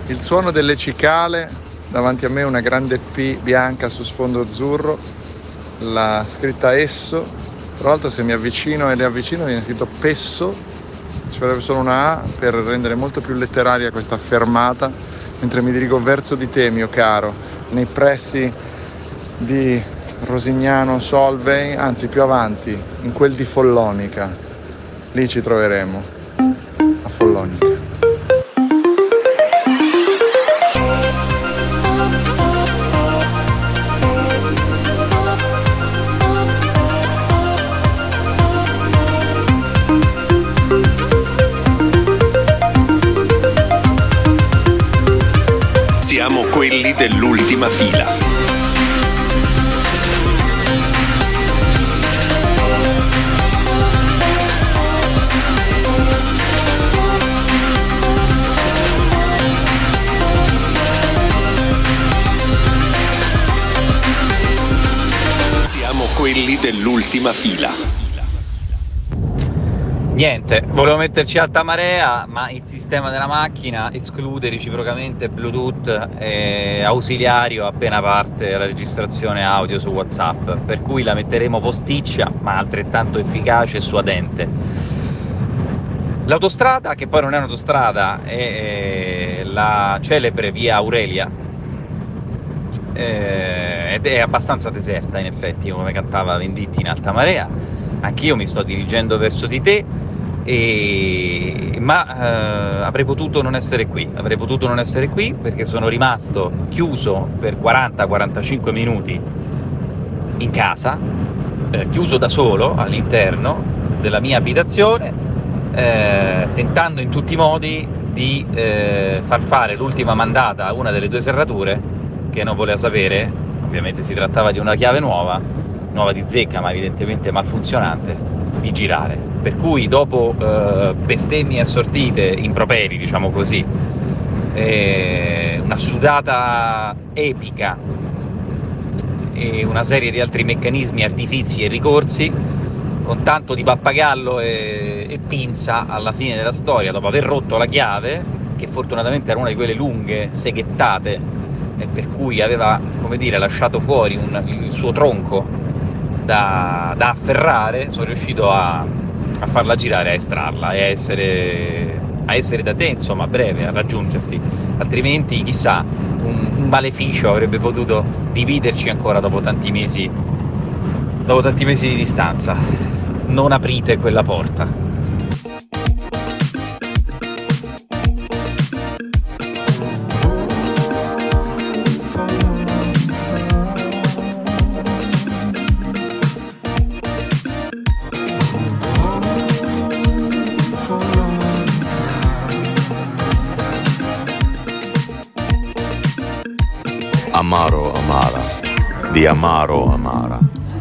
Il suono delle cicale, davanti a me una grande P bianca su sfondo azzurro, la scritta Esso. Tra l'altro se mi avvicino e le avvicino viene scritto Pesso, ci vorrebbe solo una A per rendere molto più letteraria questa fermata, mentre mi dirigo verso di te, mio caro, nei pressi di Rosignano Solvay, anzi più avanti, in quel di Follonica. Lì ci troveremo, a Follonica. Siamo quelli dell'ultima fila. Siamo quelli dell'ultima fila. Niente, volevo metterci alta marea, ma il sistema della macchina esclude reciprocamente Bluetooth e ausiliario appena parte la registrazione audio su WhatsApp, per cui la metteremo posticcia, ma altrettanto efficace e suadente. L'autostrada, che poi non è un'autostrada, è la celebre via Aurelia, ed è abbastanza deserta in effetti, come cantava Venditti in alta marea. Anch'io mi sto dirigendo verso di te, ma avrei potuto non essere qui perché sono rimasto chiuso per 40-45 minuti in casa, chiuso da solo all'interno della mia abitazione, tentando in tutti i modi di far fare l'ultima mandata a una delle due serrature che non voleva sapere. Ovviamente si trattava di una chiave nuova di zecca, ma evidentemente malfunzionante, di girare. Per cui dopo bestemmie assortite, improperi diciamo così, una sudata epica e una serie di altri meccanismi, artifizi e ricorsi, con tanto di pappagallo e pinza alla fine della storia, dopo aver rotto la chiave, che fortunatamente era una di quelle lunghe, seghettate, e per cui aveva, come dire, lasciato fuori il suo tronco da afferrare, sono riuscito a farla girare, a estrarla e a essere da te, insomma, a breve, a raggiungerti. Altrimenti, chissà, un maleficio avrebbe potuto dividerci ancora dopo tanti mesi di distanza. Non aprite quella porta. Amaro Amara, di Amaro Amara.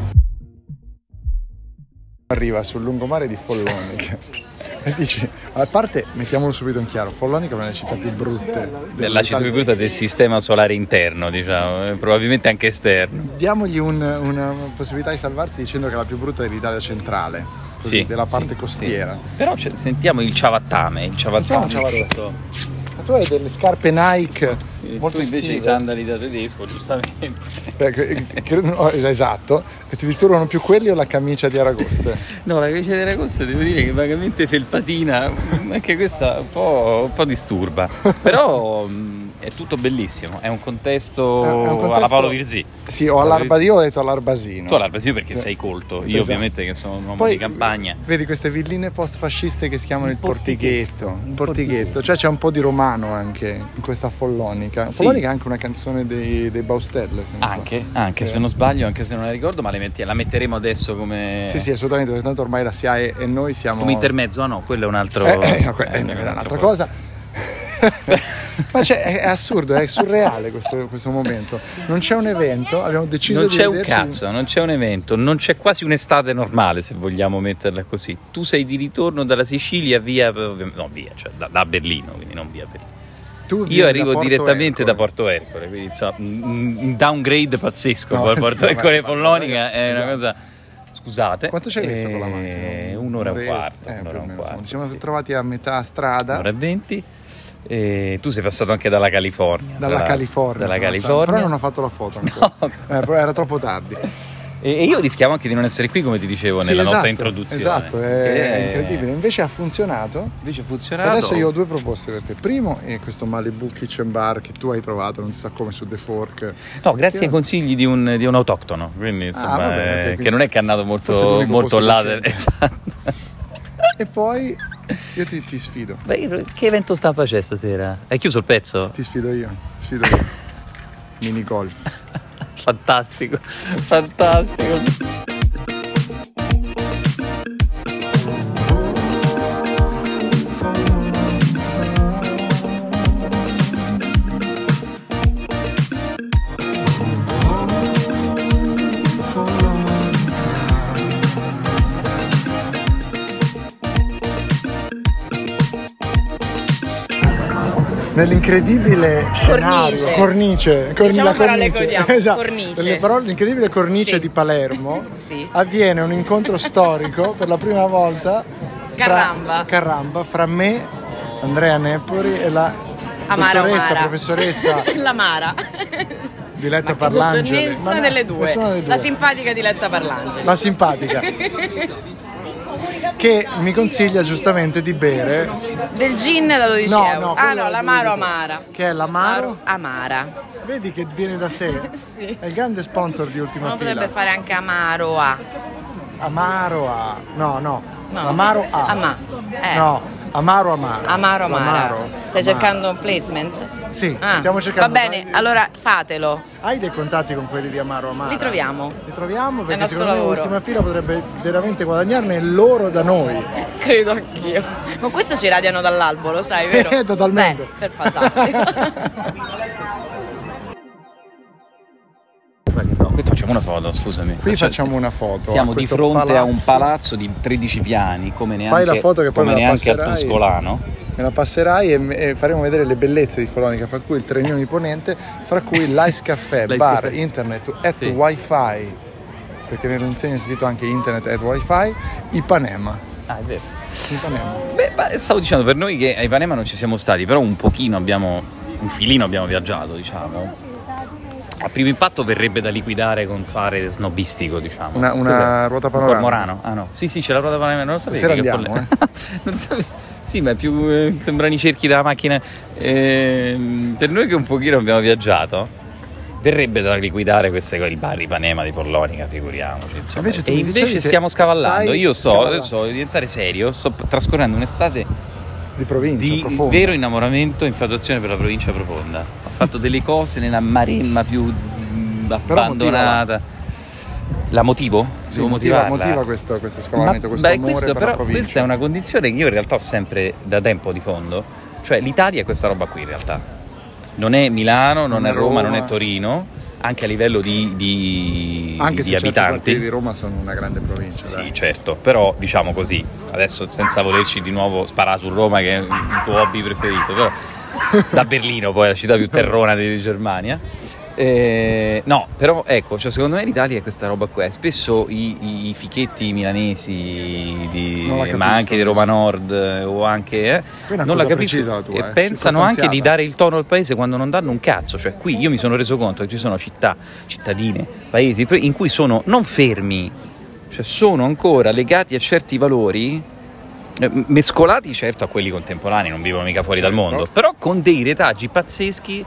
Arriva sul lungomare di Follonica e dici, a parte, mettiamolo subito in chiaro, Follonica è una delle città più brutte La città più brutta del sistema solare interno, diciamo, probabilmente anche esterno. Diamogli una possibilità di salvarsi dicendo che è la più brutta dell'Italia centrale, così, Sì, della parte sì, costiera. sì. Però sentiamo il ciavattame rotto. Tu hai delle scarpe Nike molto tu invece estive. i sandali da tedesco, giustamente. Esatto, e ti disturbano più quelli o la camicia di Aragoste? No, la camicia di Aragosta devo dire che è vagamente felpatina, anche questa un po' disturba. Però è tutto bellissimo, è un contesto alla Paolo Virzì. Sì, o all'Arbasino, io ho detto all'Arbasino. Tu all'Arbasino perché Sì. sei colto, io Esatto. Ovviamente che sono un uomo Poi, di campagna. Vedi queste villine post-fasciste che si chiamano il Portighetto. Portighetto, cioè c'è un po' di romano anche in questa Follonica. Sì. Follonica è anche una canzone dei Baustelle, se non Anche Sì. se non sbaglio, anche se non la ricordo, ma la metteremo adesso come... Sì, assolutamente, perché tanto ormai la SIAE e noi siamo... Come intermezzo, no, quello è un altro... no, quella è un'altra cosa. Ma è assurdo, è surreale questo momento. Non c'è un evento, abbiamo deciso non di c'è un vederci... cazzo, non c'è un evento, non c'è quasi un'estate normale, se vogliamo metterla così. Tu sei di ritorno dalla Sicilia cioè da Berlino, quindi non via Berlino. Io arrivo direttamente da Porto Ercole, quindi insomma, un downgrade pazzesco. Poi Porto Ercole Follonica è una cosa... Scusate. Quanto ci hai messo con la macchina? Un'ora e un quarto. Ci siamo trovati a metà strada. Un'ora e 20. E tu sei passato anche dalla California. Dalla California. Però non ho fatto la foto ancora. No. Era troppo tardi. E io rischiavo anche di non essere qui, come ti dicevo, nella nostra introduzione. Esatto, è incredibile. Invece ha funzionato. Adesso io ho 2 proposte per te. Primo è questo Malibu Kitchen Bar che tu hai trovato, non si sa come, su The Fork. No, grazie ai consigli di un autoctono, quindi insomma, vabbè, che non è cannato molto là. Esatto. E poi io ti sfido. Beh, che evento sta facendo stasera? Hai chiuso il pezzo? Ti sfido io. Mini golf. Fantastico. Nell'incredibile scenario cornice, diciamo parole codiamo, esatto, cornice. L'incredibile cornice di Palermo avviene un incontro storico per la prima volta Carramba fra me, Andrea Nepori e la dottoressa, professoressa Lamara Diletta Parlangeli. Nessuna delle due. La simpatica Diletta Parlangeli. La simpatica che mi consiglia giustamente di bere del gin da 12 euro. No, l'Amaro Amara. Che è l'Amaro Amara. Vedi che viene da sé. Sì. È il grande sponsor di Ultima Fila. Potrebbe fare anche Amaro A. Amaro A. No. Amaro A. No, Amaro Amara. Amaro Amara. Stai cercando un placement? Sì, stiamo cercando. Va bene, allora fatelo. Hai dei contatti con quelli di Amaro Amara? Li troviamo perché secondo me Ultima Fila potrebbe veramente guadagnarne loro da noi. Credo anch'io. Ma questo ci radiano dall'albo, lo sai, vero? Sì, totalmente. Beh, fantastico. Qui facciamo una foto, scusami. Facciamo una foto. Siamo di fronte a un palazzo di 13 piani, come neanche, fai la foto che poi neanche a Tuscolano. Me la passerai e faremo vedere le bellezze di Follonica, fra cui il Trenino Imponente, fra cui l'Ice Caffè, bar, internet at wifi, perché nell'insegna è scritto anche internet at wifi, Ipanema. Ah, è vero. Ipanema. Beh, stavo dicendo, per noi che a Ipanema non ci siamo stati, però un filino abbiamo viaggiato, diciamo. A primo impatto verrebbe da liquidare con fare snobbistico, diciamo. Una ruota panoramica. Cormorano. Ah no, sì, c'è la ruota panoramica, non lo sapevi. Stasera andiamo, Non sapevi. Sì, ma è più sembrano i cerchi della macchina. Per noi che un pochino abbiamo viaggiato, verrebbe da liquidare il bar Ipanema di Follonica, figuriamoci. Invece stiamo scavallando. Io adesso devo diventare serio, sto trascorrendo un'estate di provincia profonda. Vero innamoramento e infatuazione per la provincia profonda. Ho fatto delle cose nella maremma più abbandonata. La motivo? Sì, motiva questo scavallamento, questo amore per la provincia. Questa è una condizione che io in realtà ho sempre da tempo di fondo. Cioè l'Italia è questa roba qui in realtà. Non è Milano, non è Roma, non è Torino, anche a livello di abitanti. Di Roma sono una grande provincia. Sì, certo, però diciamo così, adesso senza volerci di nuovo sparare su Roma, che è il tuo hobby preferito, però da Berlino poi la città più terrona di Germania. No, però ecco, cioè secondo me l'Italia è questa roba qua. Spesso i fichetti milanesi ma anche di Roma Nord o anche non la capiscono e pensano anche di dare il tono al paese quando non danno un cazzo. Cioè qui io mi sono reso conto che ci sono città, cittadine, paesi in cui sono non fermi, cioè sono ancora legati a certi valori, mescolati certo a quelli contemporanei, non vivono mica fuori dal mondo, però con dei retaggi pazzeschi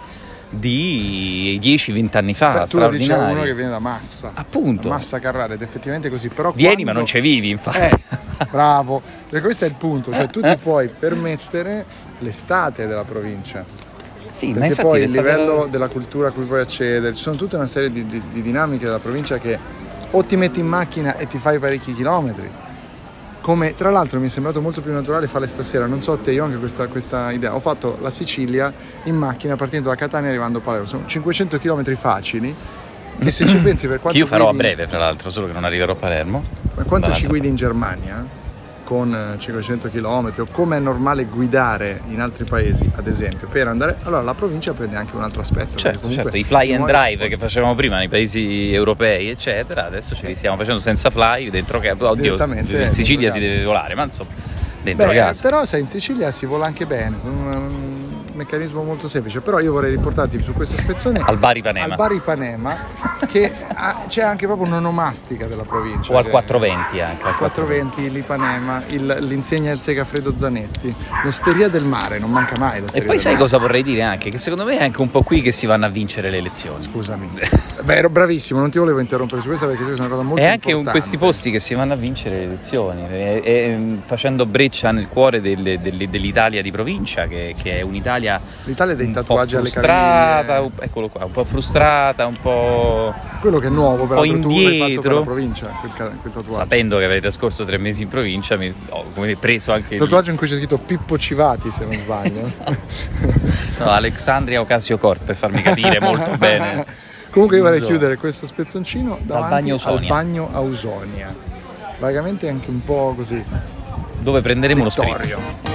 di 10-20 anni fa. Tu lo dicevi, uno che viene da Massa, appunto, Massa Carrara, ed effettivamente così. Però vieni ma non ci vivi, infatti. Bravo, perché questo è il punto, cioè tu ti puoi permettere l'estate della provincia, sì, perché ma poi il livello della cultura a cui puoi accedere, ci sono tutta una serie di dinamiche della provincia che o ti metti in macchina e ti fai parecchi chilometri, come tra l'altro mi è sembrato molto più naturale farle stasera. Non so te, io ho anche questa idea. Ho fatto la Sicilia in macchina partendo da Catania e arrivando a Palermo. Sono 500 km facili e se ci pensi per quanto che io farò a breve, fra l'altro, solo che non arriverò a Palermo. Ma quanto ci guidi in Germania con 500 km o come è normale guidare in altri paesi, ad esempio, per andare, allora la provincia prende anche un altro aspetto. Certo, i fly and drive che facevamo prima nei paesi europei eccetera, adesso ce li stiamo facendo senza fly dentro che in Sicilia si deve volare, ma insomma dentro casa. Però sai, in Sicilia si vola anche bene, meccanismo molto semplice, però io vorrei riportarti su questo spezzone Al bar Ipanema. Al bar Ipanema, che c'è anche proprio un'onomastica della provincia. O al 420 anche. Al 420, l'Ipanema, l'insegna del Segafredo Zanetti, l'Osteria del Mare, non manca mai E l'Osteria poi del sai Mare. cosa vorrei dire anche? Che secondo me è anche un po' qui che si vanno a vincere le elezioni. Scusami. Beh, ero bravissimo, non ti volevo interrompere su questa perché questa è una cosa molto È anche importante. questi posti che si vanno a vincere le elezioni, facendo breccia nel cuore dell'Italia di provincia, che è un'Italia L'Italia dei un tatuaggi po' alle frustrata, caviglie. eccolo qua, un po' frustrata, un po' Quello che è nuovo, però tu l'hai fatto per indietro. la provincia, quel tatuaggio. sapendo che avete trascorso 3 mesi in provincia, ho come preso anche Il tatuaggio in cui c'è scritto Pippo Civati, se non sbaglio. No, Alexandria Ocasio Corp, per farmi capire molto bene. Comunque io vorrei Zona. chiudere questo spezzoncino davanti bagno al Ausonia. bagno Ausonia. Vagamente anche un po' così. Dove prenderemo uno spritz. Vittorio.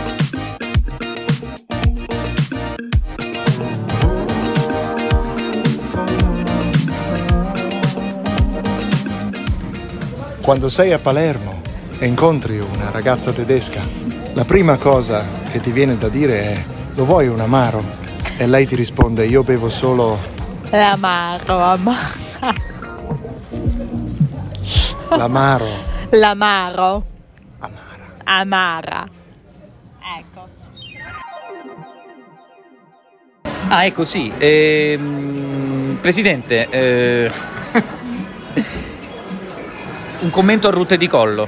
Quando sei a Palermo e incontri una ragazza tedesca, la prima cosa che ti viene da dire è: lo vuoi un amaro? E lei ti risponde: io bevo solo L'amaro, l'amaro. L'amaro. Amara. Amara. Ecco. Ah, ecco sì. Presidente, un commento a rotte di collo.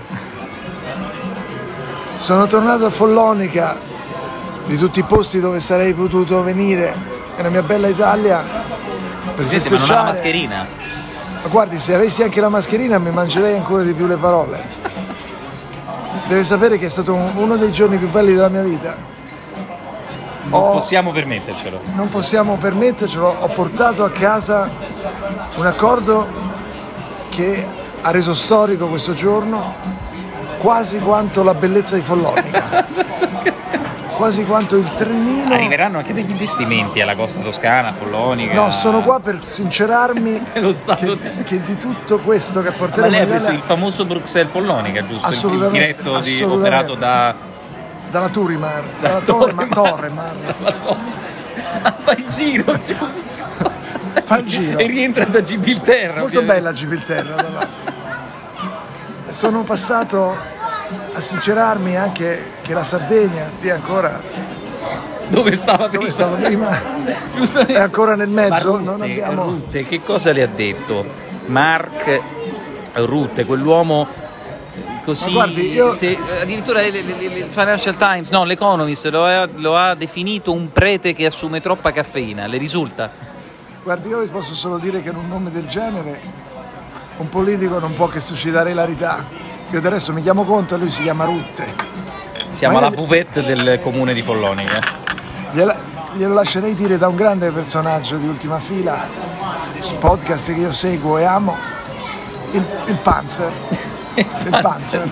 Sono tornato a Follonica, di tutti i posti dove sarei potuto venire nella mia bella Italia per Presidente, ma non ha la festeggiare. mascherina. Ma guardi, se avessi anche la mascherina mi mangerei ancora di più le parole. Deve sapere che è stato uno dei giorni più belli della mia vita. Non possiamo permettercelo. Non possiamo permettercelo, ho portato a casa un accordo che ha reso storico questo giorno quasi quanto la bellezza di Follonica, quasi quanto il trenino. Arriveranno anche degli investimenti alla costa toscana, a Follonica. No, sono qua per sincerarmi Lo Stato che di tutto questo che Ma porteremo lei ha in preso Italia il famoso Bruxelles Follonica, giusto? Assolutamente, Il diretto assolutamente. operato da dalla Turimar, dalla Torremar. fa il giro, giusto? Fa il giro. E rientra da Gibilterra. Molto ovviamente. bella Gibilterra. tra l'altro. Sono passato a sincerarmi anche che la Sardegna stia ancora Dove stava prima? dove stava prima, Giustamente. è ancora nel mezzo. Ma Non abbiamo. Rutte, che cosa le ha detto? Mark Rutte, quell'uomo così. Ma guardi, io- Addirittura il Financial Times, no, l'Economist lo ha definito un prete che assume troppa caffeina. Le risulta? Guardi, io le posso solo dire che in un nome del genere un politico non può che suscitare ilarità. Io del resto mi chiamo Conte e lui si chiama Rutte. Siamo Ma io- alla buvette del comune di Follonica. Glielo lascerei dire da un grande personaggio di ultima fila, podcast che io seguo e amo, il Panzer. Il Panzer.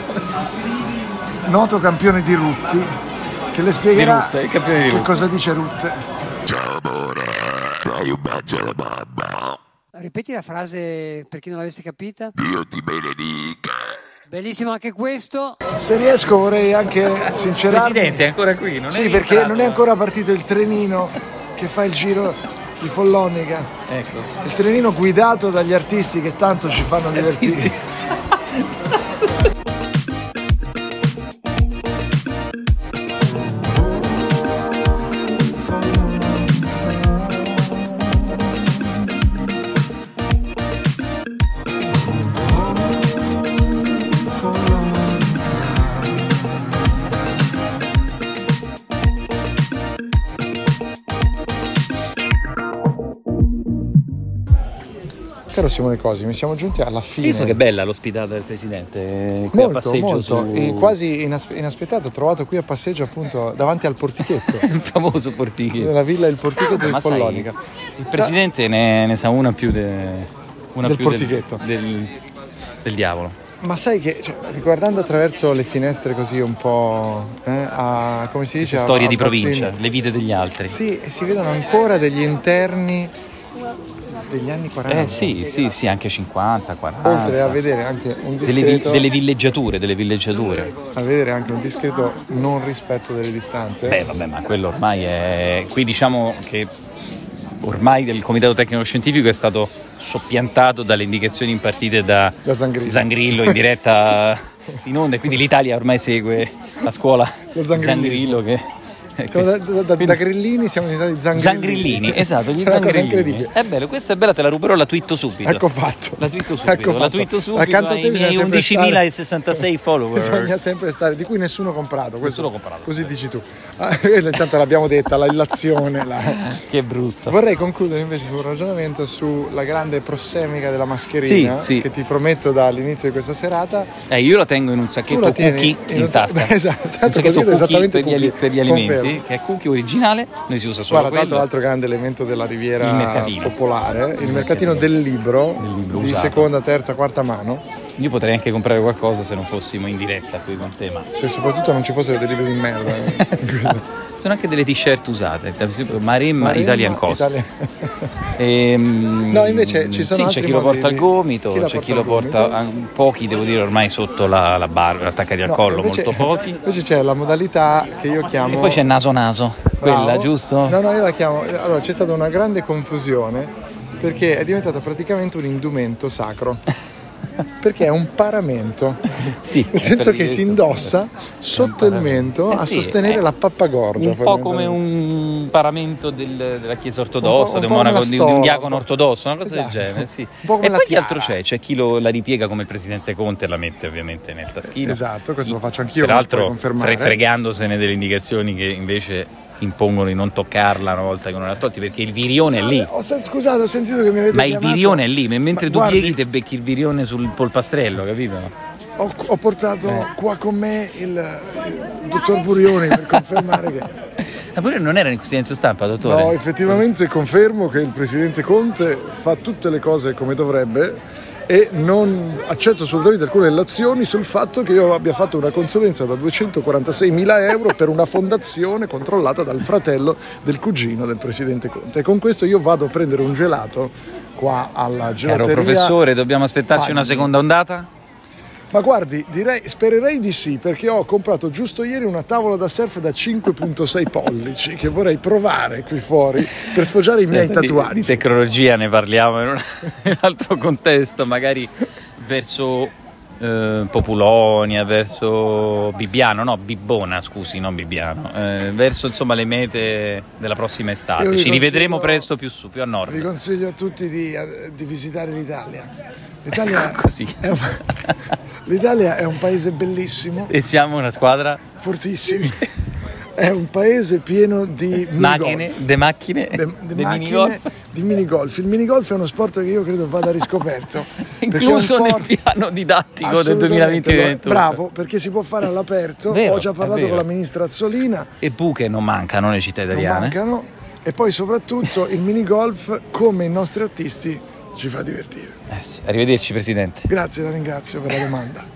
Noto campione di Rutti, che le spiegherà Di Rutte, il campione di che Rutte. cosa dice Rutte. Ripeti la frase per chi non l'avesse capita. Dio ti benedica. Bellissimo anche questo. Se riesco vorrei anche sincerarmi. Presidente, è ancora qui, non è Sì, perché rientrato. non è ancora partito il trenino che fa il giro di Follonica. Ecco. Il trenino guidato dagli artisti che tanto ci fanno divertire. Sì. Caro Simone Cosi, mi siamo giunti alla fine. Visto che bella l'ospitata del presidente qui a Molto, passeggio molto. su E quasi inaspettato, trovato qui a passeggio appunto davanti al portichetto il famoso portichetto. della villa Il Portichetto di Ma sai, Follonica. il presidente ne sa una più del portichetto. del diavolo. Ma sai che, cioè, riguardando attraverso le finestre così un po', come si dice? Storie a di provincia, Bazzini, le vite degli altri. sì, e si vedono ancora degli interni degli anni 40. Sì, anche 50, 40. Oltre a vedere anche un discreto... Delle villeggiature. A vedere anche un discreto non rispetto delle distanze. Vabbè, ma quello ormai è... Qui diciamo che ormai il Comitato Tecnico Scientifico è stato soppiantato dalle indicazioni impartite da Zangrillo in diretta in onda, e quindi l'Italia ormai segue la scuola Zangrillo che... Da Grillini siamo diventati Zangrillini, esatto, gli Zangrillini. È bello, questa è bella, te la recupero, la twitto subito. Ecco fatto. La twitto subito. Accanto a te ai miei 11.066 follower. Bisogna sempre stare, di cui nessuno ha comprato. Così sì. dici tu. Intanto l'abbiamo detta, l'illazione. Che brutto. Vorrei concludere invece su un ragionamento sulla grande prossemica della mascherina, che ti prometto dall'inizio di questa serata. Io la tengo in un sacchetto cookie in tasca. Esatto, un sacchetto cookie per gli alimenti. Confermo. Che è cookie originale, noi si usa solo quello. Tra l'altro grande elemento della Riviera popolare, il mercatino del libro di usato. Seconda, terza, quarta mano. Io potrei anche comprare qualcosa se non fossimo in diretta qui con te, ma se soprattutto non ci fossero dei libri di merda. Sono anche delle t-shirt usate, Maremma Italian Cost. No, invece ci sono altri c'è chi lo porta al gomito, c'è chi lo porta, pochi devo dire ormai sotto la barba, attaccati al collo, molto pochi. Invece c'è la modalità che io chiamo... E poi c'è naso, quella, giusto? No, io la chiamo... Allora, c'è stata una grande confusione perché è diventata praticamente un indumento sacro. Perché è un paramento, nel senso che si indossa sotto il mento a sostenere la pappagorgia. Un po' come un paramento della Chiesa ortodossa, di un monaco, di un diacono ortodosso, una cosa del genere. Sì. E poi che altro c'è? C'è chi la ripiega come il presidente Conte e la mette ovviamente nel taschino. Esatto, questo lo faccio anch'io. Peraltro fregandosene delle indicazioni che invece impongono di non toccarla una volta che non l'ha tolti, perché il virione è lì. Scusate, ho sentito che mi avete chiamato. Il virione è lì, mentre tu pieghi te becchi il virione sul polpastrello, capito? Ho portato qua con me il dottor Burioni per confermare che... Ma Burioni non era in silenzio stampa, dottore? No, effettivamente confermo che il presidente Conte fa tutte le cose come dovrebbe e non accetto assolutamente alcune relazioni sul fatto che io abbia fatto una consulenza da 246.000 euro per una fondazione controllata dal fratello del cugino del presidente Conte. E con questo io vado a prendere un gelato qua alla gelateria. Caro professore, dobbiamo aspettarci una seconda ondata? Ma guardi, spererei di sì, perché ho comprato giusto ieri una tavola da surf da 5.6 pollici che vorrei provare qui fuori per sfoggiare i miei tatuaggi. Di tecnologia ne parliamo in un altro contesto, magari verso Populonia, verso Bibbiano, no, Bibbona, scusi, non Bibbiano, verso insomma le mete della prossima estate. Ci rivedremo presto più a nord. Vi consiglio a tutti di visitare l'Italia. L'Italia è un paese bellissimo. E siamo una squadra fortissimi. È un paese pieno di macchine, di minigolf. Il minigolf è uno sport che io credo vada riscoperto. Incluso nel piano didattico del 2020. Bravo, perché si può fare all'aperto. Ho già parlato con la ministra Azzolina. E buche non mancano nelle città italiane. Non mancano. E poi soprattutto il minigolf, come i nostri artisti, ci fa divertire. Sì. Arrivederci, Presidente. Grazie, la ringrazio per la domanda.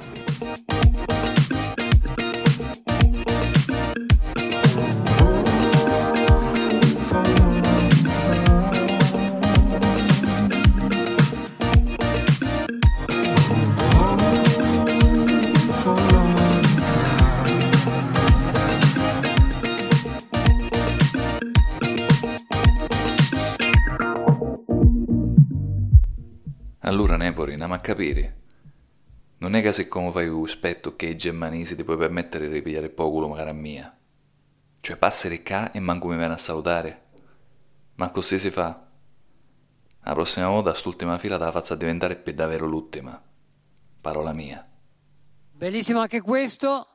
Allora Nepori, andiamo a capire. Non è che se come fai un spetto che i germanesi ti puoi permettere di ripigliare poco cara mia. Cioè passare qua e manco mi viene a salutare. Ma così si fa. La prossima volta st'ultima fila te la faccio diventare per davvero l'ultima. Parola mia. Bellissimo anche questo.